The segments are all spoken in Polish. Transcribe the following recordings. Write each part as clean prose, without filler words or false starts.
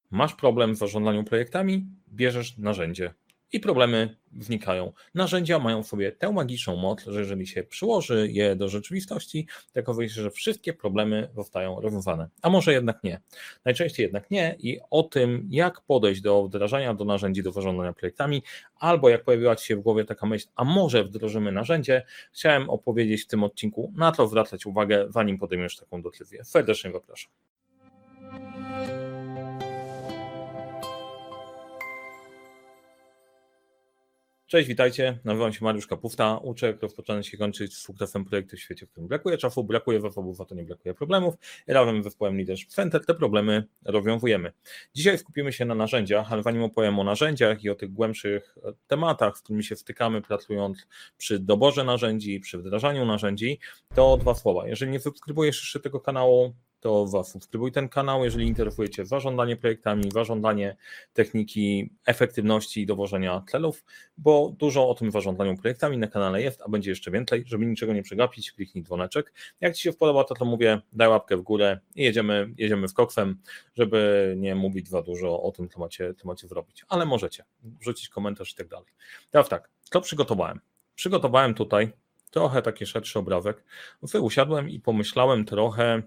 Masz problem w zarządzaniu projektami, bierzesz narzędzie i problemy wnikają. Narzędzia mają w sobie tę magiczną moc, że jeżeli się przyłoży je do rzeczywistości, to okazuje się, że wszystkie problemy zostają rozwiązane. A może jednak nie. Najczęściej jednak nie i o tym, jak podejść do wdrażania do narzędzi do zarządzania projektami, albo jak pojawiła Ci się w głowie taka myśl, a może wdrożymy narzędzie, chciałem opowiedzieć w tym odcinku, na to zwracać uwagę, zanim podejmiesz taką decyzję. Serdecznie zapraszam. Cześć, witajcie. Nazywam się Mariusz Kapufta. Uczę, jak rozpoczynać i kończyć z sukcesem projekty w świecie, w którym brakuje czasu, brakuje zasobów, za to nie brakuje problemów. I razem z zespołem Leadership Center te problemy rozwiązujemy. Dzisiaj skupimy się na narzędziach, ale zanim opowiem o narzędziach i o tych głębszych tematach, z którymi się stykamy, pracując przy doborze narzędzi, przy wdrażaniu narzędzi, to dwa słowa. Jeżeli nie subskrybujesz jeszcze tego kanału, to zasubskrybuj ten kanał, jeżeli interesuje Cię zarządzanie projektami, zarządzanie techniki efektywności i dowożenia celów, bo dużo o tym zarządzaniu projektami na kanale jest, a będzie jeszcze więcej. Żeby niczego nie przegapić, kliknij dzwoneczek. Jak Ci się podoba, to mówię, daj łapkę w górę i jedziemy z koksem, żeby nie mówić za dużo o tym, co macie zrobić, ale możecie wrzucić komentarz i tak dalej. Teraz tak, co przygotowałem? Przygotowałem tutaj trochę taki szerszy obrazek. Usiadłem i pomyślałem trochę,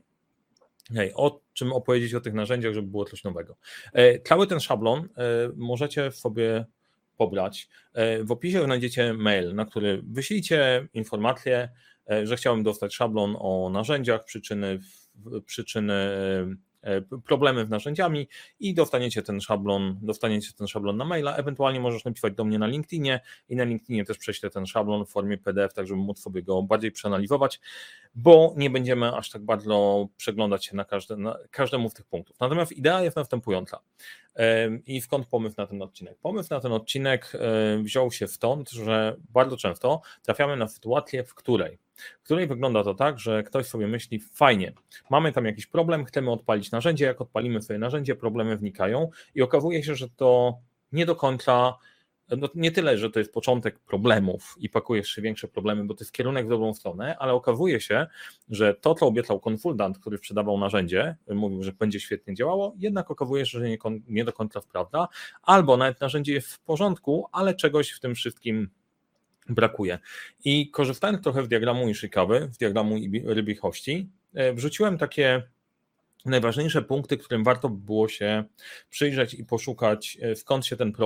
o czym opowiedzieć o tych narzędziach, żeby było coś nowego. Cały ten szablon możecie sobie pobrać. W opisie znajdziecie mail, na który wyślijcie informację, że chciałem dostać szablon o narzędziach, przyczyny problemy z narzędziami i dostaniecie ten szablon na maila, ewentualnie możesz napisać do mnie na LinkedInie i na LinkedInie też prześlę ten szablon w formie PDF, tak żeby móc sobie go bardziej przeanalizować, bo nie będziemy aż tak bardzo przeglądać się na każdemu z tych punktów. Natomiast idea jest następująca. I skąd pomysł na ten odcinek? Pomysł na ten odcinek wziął się stąd, że bardzo często trafiamy na sytuację, w której wygląda to tak, że ktoś sobie myśli, fajnie, mamy tam jakiś problem, chcemy odpalić narzędzie, jak odpalimy sobie narzędzie, problemy wnikają i okazuje się, że to nie do końca, no nie tyle, że to jest początek problemów i pakuje jeszcze większe problemy, bo to jest kierunek w dobrą stronę, ale okazuje się, że to, co obiecał konsultant, który sprzedawał narzędzie, mówił, że będzie świetnie działało, jednak okazuje się, że nie do końca prawda, albo nawet narzędzie jest w porządku, ale czegoś w tym wszystkim brakuje. I korzystając trochę z diagramu Ishikawy, z diagramu rybich kości, wrzuciłem takie najważniejsze punkty, którym warto by było się przyjrzeć i poszukać, skąd się ten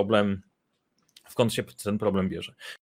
problem bierze.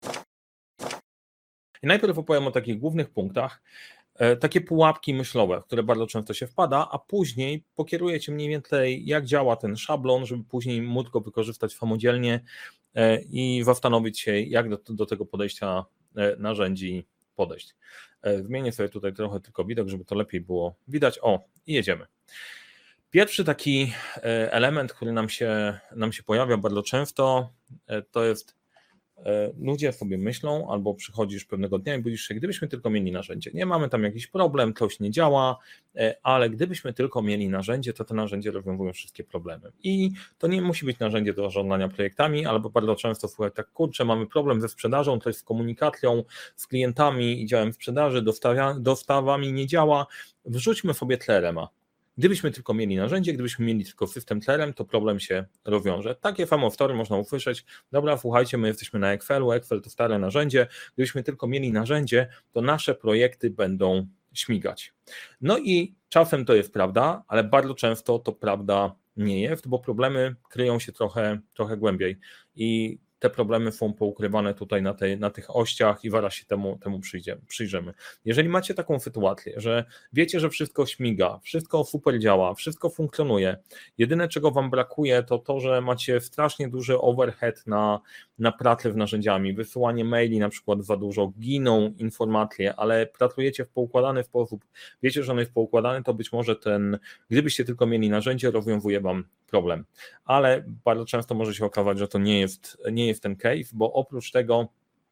I najpierw opowiem o takich głównych punktach, takie pułapki myślowe, w które bardzo często się wpada, a później pokieruję Cię mniej więcej, jak działa ten szablon, żeby później móc go wykorzystać samodzielnie i zastanowić się, jak do tego podejścia narzędzi podejść. Zmienię sobie tutaj trochę tylko widok, żeby to lepiej było widać. I jedziemy. Pierwszy taki element, który nam się pojawia bardzo często, to jest ludzie sobie myślą, albo przychodzisz pewnego dnia i budzisz się, gdybyśmy tylko mieli narzędzie. Nie mamy tam jakiś problem, coś nie działa, ale gdybyśmy tylko mieli narzędzie, to te narzędzie rozwiązują wszystkie problemy. I to nie musi być narzędzie do zarządzania projektami, albo bardzo często słuchaj, tak kurczę, mamy problem ze sprzedażą, to jest z komunikacją z klientami i działem sprzedaży, dostawami nie działa, wrzućmy sobie CRM-a. Gdybyśmy tylko mieli narzędzie, gdybyśmy mieli tylko system CRM, to problem się rozwiąże. Takie samo wtory można usłyszeć. Dobra, słuchajcie, my jesteśmy na Excelu, Excel to stare narzędzie. Gdybyśmy tylko mieli narzędzie, to nasze projekty będą śmigać. No i czasem to jest prawda, ale bardzo często to prawda nie jest, bo problemy kryją się trochę głębiej i te problemy są poukrywane tutaj na tych ościach i zaraz się temu przyjrzymy. Jeżeli macie taką sytuację, że wiecie, że wszystko śmiga, wszystko super działa, wszystko funkcjonuje, jedyne czego Wam brakuje to to, że macie strasznie duży overhead na pracę z narzędziami, wysyłanie maili na przykład za dużo, giną informacje, ale pracujecie w poukładany sposób, wiecie, że on jest poukładany, to być może gdybyście tylko mieli narzędzie, rozwiązuje Wam problem. Ale bardzo często może się okazać, że to nie jest ten case, bo oprócz tego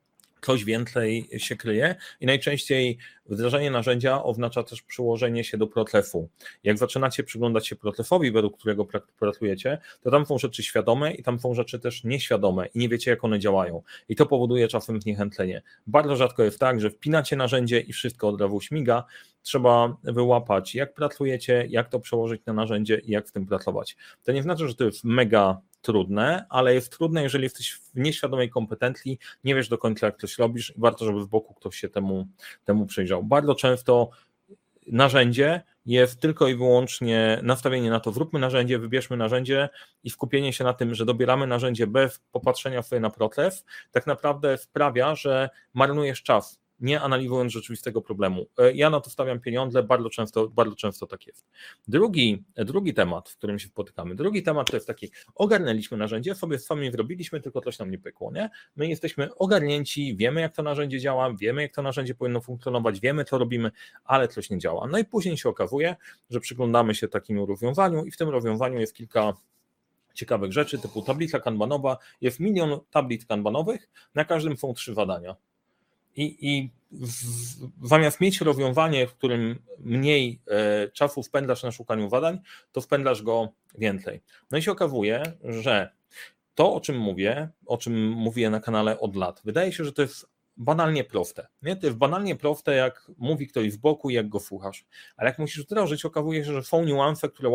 coś więcej się kryje i najczęściej wdrażanie narzędzia oznacza też przyłożenie się do protlefu. Jak zaczynacie przyglądać się protlefowi, według którego pracujecie, to tam są rzeczy świadome i tam są rzeczy też nieświadome i nie wiecie, jak one działają. I to powoduje czasem zniechęcenie. Bardzo rzadko jest tak, że wpinacie narzędzie i wszystko od razu śmiga. Trzeba wyłapać, jak pracujecie, jak to przełożyć na narzędzie i jak w tym pracować. To nie znaczy, że to jest mega trudne, ale jest trudne, jeżeli jesteś w nieświadomej kompetencji, nie wiesz do końca, jak coś robisz i warto, żeby z boku ktoś się temu przyjrzał. Bardzo często narzędzie jest tylko i wyłącznie nastawienie na to, zróbmy narzędzie, wybierzmy narzędzie i skupienie się na tym, że dobieramy narzędzie bez popatrzenia sobie na proces, tak naprawdę sprawia, że marnujesz czas, nie analizując rzeczywistego problemu. Ja na to stawiam pieniądze, bardzo często tak jest. Drugi temat, w którym się spotykamy, drugi temat to jest taki, ogarnęliśmy narzędzie, sobie sami zrobiliśmy, tylko coś nam nie pykło, nie? My jesteśmy ogarnięci, wiemy, jak to narzędzie działa, wiemy, jak to narzędzie powinno funkcjonować, wiemy, co robimy, ale coś nie działa. No i później się okazuje, że przyglądamy się takiemu rozwiązaniu i w tym rozwiązaniu jest kilka ciekawych rzeczy, typu tablica kanbanowa, jest 1 000 000 tablic kanbanowych, na każdym są 3 zadania. I zamiast mieć rozwiązanie, w którym mniej czasu spędzasz na szukaniu zadań, to spędzasz go więcej. No i się okazuje, że to, o czym mówię na kanale od lat, wydaje się, że to jest banalnie proste. Nie? To jest banalnie proste, jak mówi ktoś z boku i jak go słuchasz. Ale jak musisz wdrożyć, okazuje się, że są niuanse, które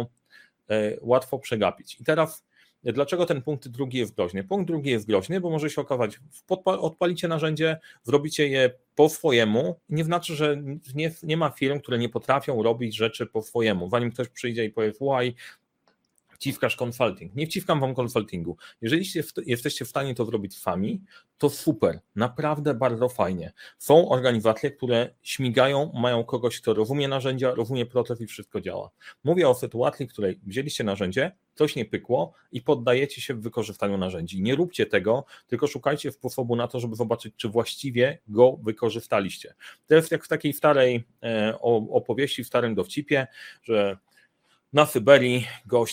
łatwo przegapić. I teraz dlaczego ten punkt drugi jest groźny? Punkt drugi jest groźny, bo może się okazać, odpalicie narzędzie, zrobicie je po swojemu, nie znaczy, że nie ma firm, które nie potrafią robić rzeczy po swojemu. Zanim ktoś przyjdzie i powie, słuchaj, wciskasz consulting. Nie wciskam wam consultingu. Jeżeli jesteście w stanie to zrobić sami, to super, naprawdę bardzo fajnie. Są organizacje, które śmigają, mają kogoś, kto rozumie narzędzia, rozumie proces i wszystko działa. Mówię o sytuacji, w której wzięliście narzędzie, coś nie pykło i poddajecie się w wykorzystaniu narzędzi. Nie róbcie tego, tylko szukajcie sposobu na to, żeby zobaczyć, czy właściwie go wykorzystaliście. To jest jak w takiej starej opowieści, w starym dowcipie, że na Syberii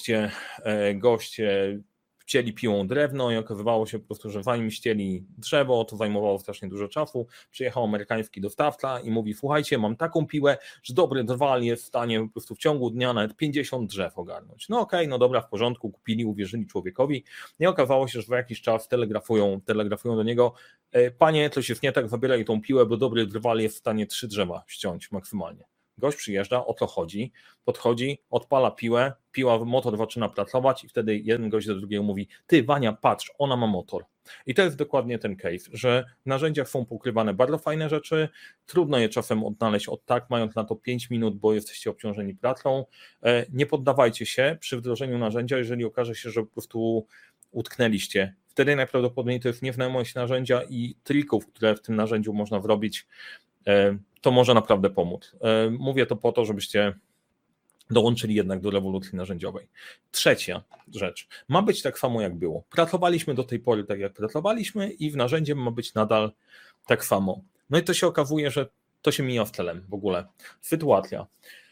goście cieli piłą drewno i okazywało się po prostu, że zanim ścieli drzewo, to zajmowało strasznie dużo czasu. Przyjechał amerykański dostawca i mówi, słuchajcie, mam taką piłę, że dobry drwal jest w stanie po prostu w ciągu dnia nawet 50 drzew ogarnąć. No okej, no dobra, w porządku, kupili, uwierzyli człowiekowi. I okazało się, że za jakiś czas telegrafują do niego, panie, coś jest nie tak, zabieraj tą piłę, bo dobry drwal jest w stanie 3 drzewa ściąć maksymalnie. Gość przyjeżdża, o co chodzi, podchodzi, odpala piłę, motor zaczyna pracować i wtedy jeden gość do drugiego mówi, ty Wania, patrz, ona ma motor. I to jest dokładnie ten case, że w narzędziach są pokrywane bardzo fajne rzeczy, trudno je czasem odnaleźć mając na to 5 minut, bo jesteście obciążeni pracą. Nie poddawajcie się przy wdrożeniu narzędzia, jeżeli okaże się, że po prostu utknęliście. Wtedy najprawdopodobniej to jest nieznajomość narzędzia i trików, które w tym narzędziu można zrobić, to może naprawdę pomóc. Mówię to po to, żebyście dołączyli jednak do rewolucji narzędziowej. Trzecia rzecz. Ma być tak samo, jak było. Pracowaliśmy do tej pory tak, jak pracowaliśmy i w narzędziu ma być nadal tak samo. No i to się okazuje, że to się mija z celem w ogóle. Sytuacja.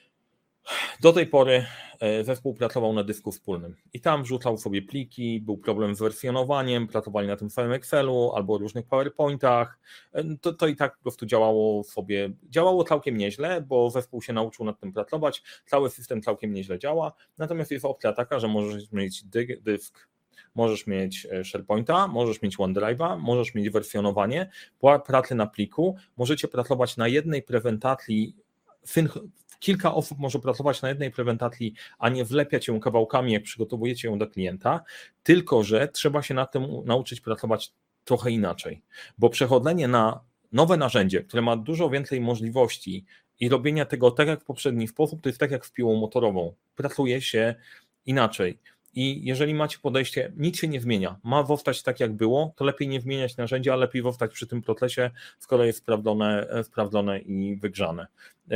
Do tej pory zespół pracował na dysku wspólnym i tam wrzucał sobie pliki, był problem z wersjonowaniem, pracowali na tym samym Excelu albo różnych PowerPointach, to i tak po prostu działało całkiem nieźle, bo zespół się nauczył nad tym pracować, cały system całkiem nieźle działa, natomiast jest opcja taka, że możesz mieć dysk, możesz mieć SharePointa, możesz mieć OneDrive'a, możesz mieć wersjonowanie, pracy na pliku, możecie pracować na jednej prezentacji, kilka osób może pracować na jednej prezentacji, a nie wlepiać ją kawałkami, jak przygotowujecie ją do klienta, tylko że trzeba się nad tym nauczyć pracować trochę inaczej, bo przechodzenie na nowe narzędzie, które ma dużo więcej możliwości i robienia tego tak jak w poprzedni sposób, to jest tak jak z piłą motorową, pracuje się inaczej. I jeżeli macie podejście, nic się nie zmienia, ma powstać tak jak było, to lepiej nie zmieniać narzędzia, a lepiej powstać przy tym procesie, skoro jest sprawdzone i wygrzane.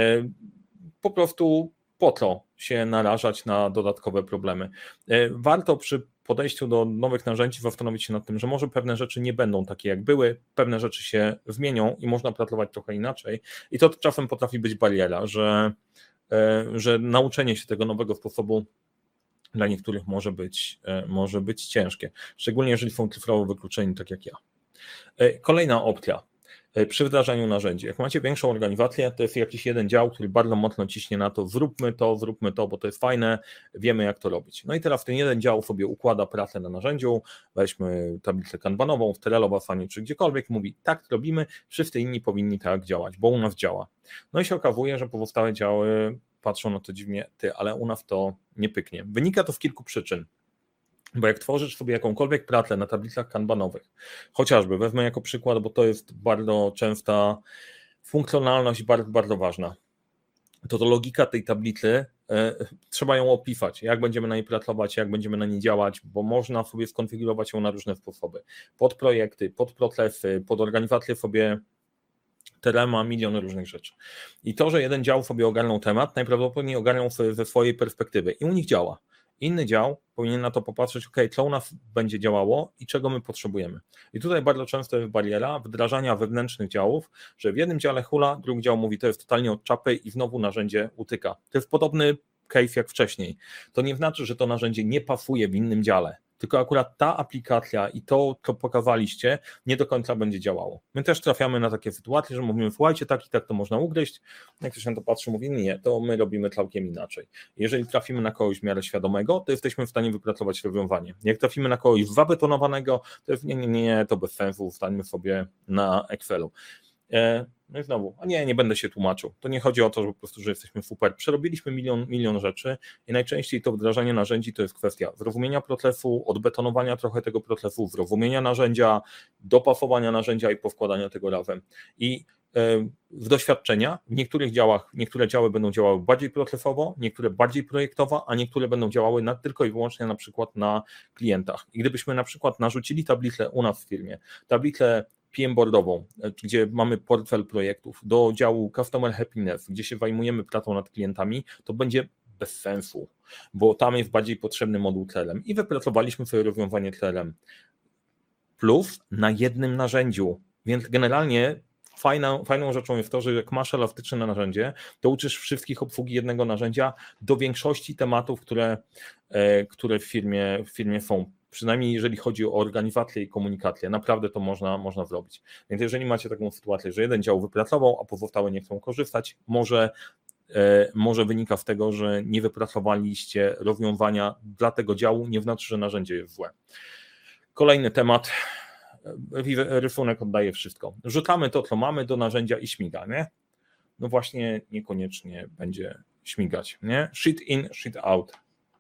Po prostu po co się narażać na dodatkowe problemy. Warto przy podejściu do nowych narzędzi zastanowić się nad tym, że może pewne rzeczy nie będą takie jak były, pewne rzeczy się zmienią i można pracować trochę inaczej i to czasem potrafi być bariera, że nauczenie się tego nowego sposobu dla niektórych może być ciężkie, szczególnie jeżeli są cyfrowo wykluczeni tak jak ja. Kolejna opcja. Przy wdrażaniu narzędzi. Jak macie większą organizację, to jest jakiś jeden dział, który bardzo mocno ciśnie na to, zróbmy to, bo to jest fajne, wiemy jak to robić. No i teraz ten jeden dział sobie układa pracę na narzędziu, weźmy tablicę kanbanową, w Trello, Asanie czy gdziekolwiek, mówi tak robimy, wszyscy inni powinni tak działać, bo u nas działa. No i się okazuje, że pozostałe działy patrzą na to dziwnie, ale u nas to nie pyknie. Wynika to z kilku przyczyn. Bo jak tworzysz sobie jakąkolwiek pracę na tablicach kanbanowych, chociażby wezmę jako przykład, bo to jest bardzo częsta funkcjonalność, bardzo, bardzo ważna, to logika tej tablicy, trzeba ją opisać, jak będziemy na niej pracować, jak będziemy na niej działać, bo można sobie skonfigurować ją na różne sposoby. Pod projekty, pod procesy, pod organizację sobie ma miliony różnych rzeczy. I to, że jeden dział sobie ogarnął temat, najprawdopodobniej ogarnął sobie ze swojej perspektywy i u nich działa. Inny dział powinien na to popatrzeć, co u nas będzie działało i czego my potrzebujemy. I tutaj bardzo często jest bariera wdrażania wewnętrznych działów, że w jednym dziale hula, drugi dział mówi, to jest totalnie od czapy i znowu narzędzie utyka. To jest podobny case jak wcześniej. To nie znaczy, że to narzędzie nie pasuje w innym dziale, tylko akurat ta aplikacja i to, co pokazaliście, nie do końca będzie działało. My też trafiamy na takie sytuacje, że mówimy, słuchajcie, tak i tak to można ugryźć. Jak ktoś na to patrzy, mówi, nie, to my robimy całkiem inaczej. Jeżeli trafimy na kogoś w miarę świadomego, to jesteśmy w stanie wypracować rozwiązanie. Jak trafimy na kogoś zabetonowanego, to jest nie, to bez sensu, ustańmy sobie na Excelu. No i znowu, nie będę się tłumaczył. To nie chodzi o to, że po prostu, że jesteśmy super. Przerobiliśmy milion rzeczy i najczęściej to wdrażanie narzędzi to jest kwestia zrozumienia procesu, odbetonowania trochę tego procesu, zrozumienia narzędzia, dopasowania narzędzia i powkładania tego razem. I z doświadczenia w niektórych działach, niektóre działy będą działały bardziej procesowo, niektóre bardziej projektowo, a niektóre będą działały tylko i wyłącznie na przykład na klientach. I gdybyśmy na przykład narzucili tablicę u nas w firmie, tablicę PM-boardową, gdzie mamy portfel projektów, do działu Customer Happiness, gdzie się zajmujemy pracą nad klientami, to będzie bez sensu, bo tam jest bardziej potrzebny moduł CRM i wypracowaliśmy sobie rozwiązanie CRM plus na jednym narzędziu, więc generalnie fajną rzeczą jest to, że jak masz elastyczne narzędzie, to uczysz wszystkich obsługi jednego narzędzia do większości tematów, które w firmie są. Przynajmniej jeżeli chodzi o organizację i komunikację, naprawdę to można zrobić. Więc jeżeli macie taką sytuację, że jeden dział wypracował, a pozostałe nie chcą korzystać, może wynika z tego, że nie wypracowaliście rozwiązania dla tego działu, nie znaczy, że narzędzie jest złe. Kolejny temat, rysunek oddaje wszystko. Rzucamy to, co mamy do narzędzia i śmiga, nie? No właśnie niekoniecznie będzie śmigać, nie? Shit in, shit out.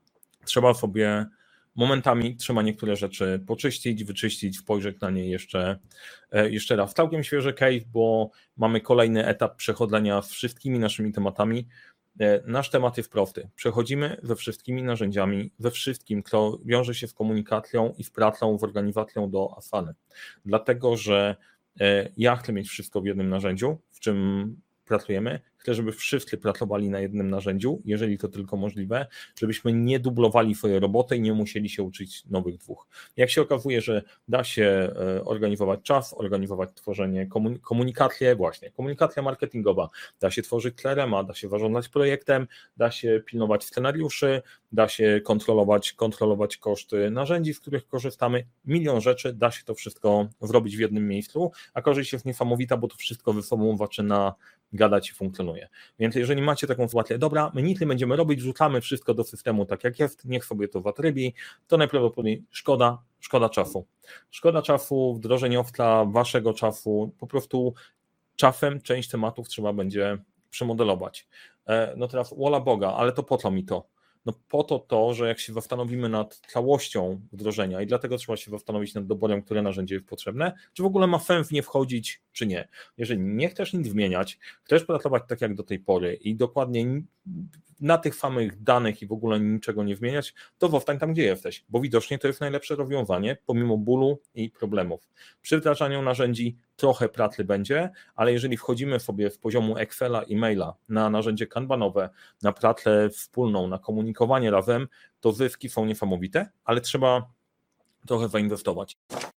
Momentami trzeba niektóre rzeczy poczyścić, wyczyścić, spojrzeć na nie jeszcze raz. Całkiem świeży case, bo mamy kolejny etap przechodzenia z wszystkimi naszymi tematami. Nasz temat jest prosty. Przechodzimy ze wszystkimi narzędziami, ze wszystkim, co wiąże się z komunikacją i z pracą, z organizacją do Asany. Dlatego, że ja chcę mieć wszystko w jednym narzędziu, w czym pracujemy. Chcę, żeby wszyscy pracowali na jednym narzędziu, jeżeli to tylko możliwe, żebyśmy nie dublowali swojej roboty i nie musieli się uczyć nowych dwóch. Jak się okazuje, że da się organizować czas, organizować tworzenie komunikację, właśnie komunikacja marketingowa, da się tworzyć CRM-a, da się zarządzać projektem, da się pilnować scenariuszy, da się kontrolować koszty narzędzi, z których korzystamy, milion rzeczy, da się to wszystko zrobić w jednym miejscu, a korzyść jest niesamowita, bo to wszystko ze sobą zaczyna gadać i funkcjonuje. Więc jeżeli macie taką sytuację, dobra, my nic nie będziemy robić, rzucamy wszystko do systemu tak jak jest, niech sobie to zatrybi, to najprawdopodobniej szkoda czasu. Szkoda czasu, wdrożeniowca, waszego czasu, po prostu czasem część tematów trzeba będzie przemodelować. No teraz wola Boga, ale to po co mi to? No po to, że jak się zastanowimy nad całością wdrożenia i dlatego trzeba się zastanowić nad doborem, które narzędzie jest potrzebne, czy w ogóle ma sens w nie wchodzić, czy nie. Jeżeli nie chcesz nic zmieniać, chcesz pracować tak jak do tej pory i dokładnie na tych samych danych i w ogóle niczego nie zmieniać, to zostań tam, gdzie jesteś, bo widocznie to jest najlepsze rozwiązanie, pomimo bólu i problemów. Przy wdrażaniu narzędzi trochę pracy będzie, ale jeżeli wchodzimy sobie z poziomu Excela i maila na narzędzie kanbanowe, na pracę wspólną, na komunikowanie razem, to zyski są niesamowite, ale trzeba trochę zainwestować.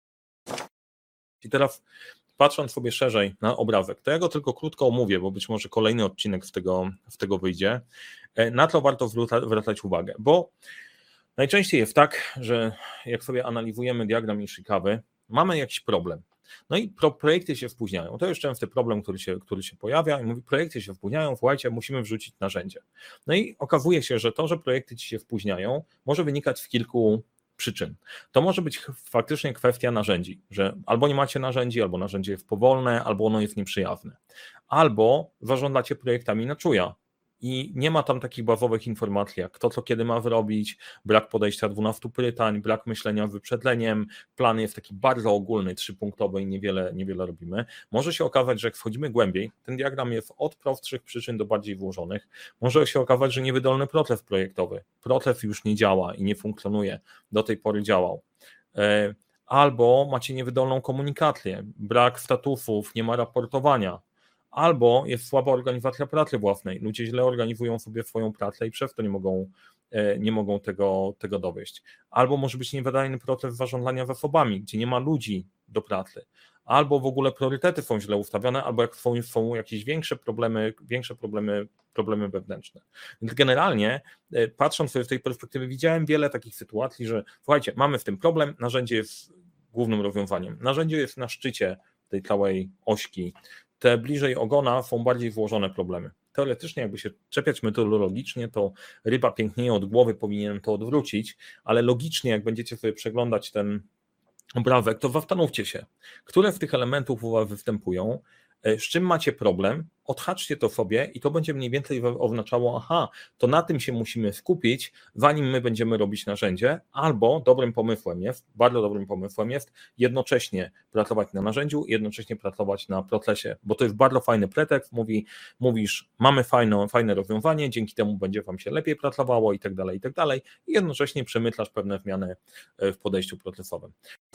I teraz patrząc sobie szerzej na obrazek, to ja go tylko krótko omówię, bo być może kolejny odcinek z tego wyjdzie, na co warto zwracać uwagę, bo najczęściej jest tak, że jak sobie analizujemy diagram Ishikawy, mamy jakiś problem. No i projekty się spóźniają. To jest częsty problem, który się pojawia i mówi, projekty się spóźniają, słuchajcie, musimy wrzucić narzędzie. No i okazuje się, że to, że projekty ci się spóźniają, może wynikać z kilku przyczyn. To może być faktycznie kwestia narzędzi, że albo nie macie narzędzi, albo narzędzie jest powolne, albo ono jest nieprzyjazne, albo zarządzacie projektami na czuja i nie ma tam takich bazowych informacji, jak kto co kiedy ma zrobić, brak podejścia 12 pytań, brak myślenia wyprzedleniem, plan jest taki bardzo ogólny, 3-punktowy i niewiele robimy. Może się okazać, że jak wchodzimy głębiej, ten diagram jest od prostszych przyczyn do bardziej włożonych, może się okazać, że niewydolny proces projektowy, proces już nie działa i nie funkcjonuje, do tej pory działał. Albo macie niewydolną komunikację, brak statusów, nie ma raportowania, albo jest słaba organizacja pracy własnej. Ludzie źle organizują sobie swoją pracę i przez to nie mogą tego dowieść. Albo może być niewydolny proces zarządzania zasobami, gdzie nie ma ludzi do pracy. Albo w ogóle priorytety są źle ustawione, albo jak są jakieś większe problemy wewnętrzne. Więc generalnie, patrząc sobie z tej perspektywy, widziałem wiele takich sytuacji, że słuchajcie, mamy w tym problem, narzędzie jest głównym rozwiązaniem. Narzędzie jest na szczycie tej całej ośki. Te bliżej ogona są bardziej złożone problemy. Teoretycznie, jakby się czepiać metodologicznie, to ryba pięknieje od głowy, powinien to odwrócić, ale logicznie, jak będziecie sobie przeglądać ten obrazek, to zastanówcie się, które z tych elementów u Was występują, z czym macie problem, odhaczcie to sobie i to będzie mniej więcej oznaczało, aha, to na tym się musimy skupić, zanim my będziemy robić narzędzie, albo bardzo dobrym pomysłem jest jednocześnie pracować na narzędziu, jednocześnie pracować na procesie, bo to jest bardzo fajny pretekst, mówisz, mamy fajne rozwiązanie, dzięki temu będzie Wam się lepiej pracowało i tak dalej, i jednocześnie przemyślasz pewne zmiany w podejściu procesowym.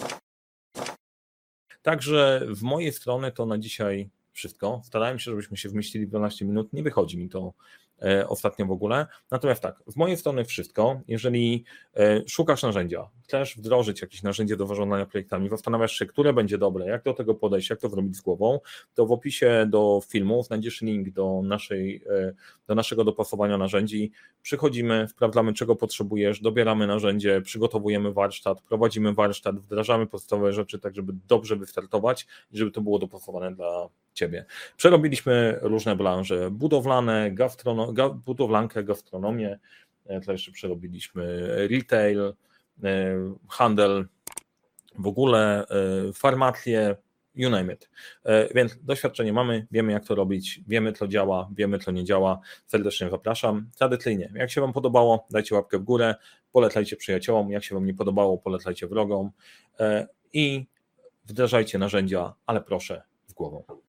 Także z mojej strony to na dzisiaj wszystko. Starałem się, żebyśmy się wmieścili w 12 minut. Nie wychodzi mi to ostatnio w ogóle. Natomiast tak, z mojej strony wszystko. Jeżeli szukasz narzędzia, chcesz wdrożyć jakieś narzędzie do zarządzania projektami, zastanawiasz się, które będzie dobre, jak do tego podejść, jak to zrobić z głową, to w opisie do filmu znajdziesz link do naszego dopasowania narzędzi. Przychodzimy, sprawdzamy, czego potrzebujesz, dobieramy narzędzie, przygotowujemy warsztat, prowadzimy warsztat, wdrażamy podstawowe rzeczy, tak żeby dobrze wystartować i żeby to było dopasowane dla Ciebie. Przerobiliśmy różne branże budowlane, budowlankę, gastronomię, to jeszcze przerobiliśmy retail, handel, w ogóle farmację, you name it. Więc doświadczenie mamy, wiemy jak to robić, wiemy co działa, wiemy co nie działa. Serdecznie zapraszam. Tradycyjnie, jak się Wam podobało, dajcie łapkę w górę, polecajcie przyjaciołom, jak się Wam nie podobało, polecajcie wrogom i wdrażajcie narzędzia, ale proszę z głową.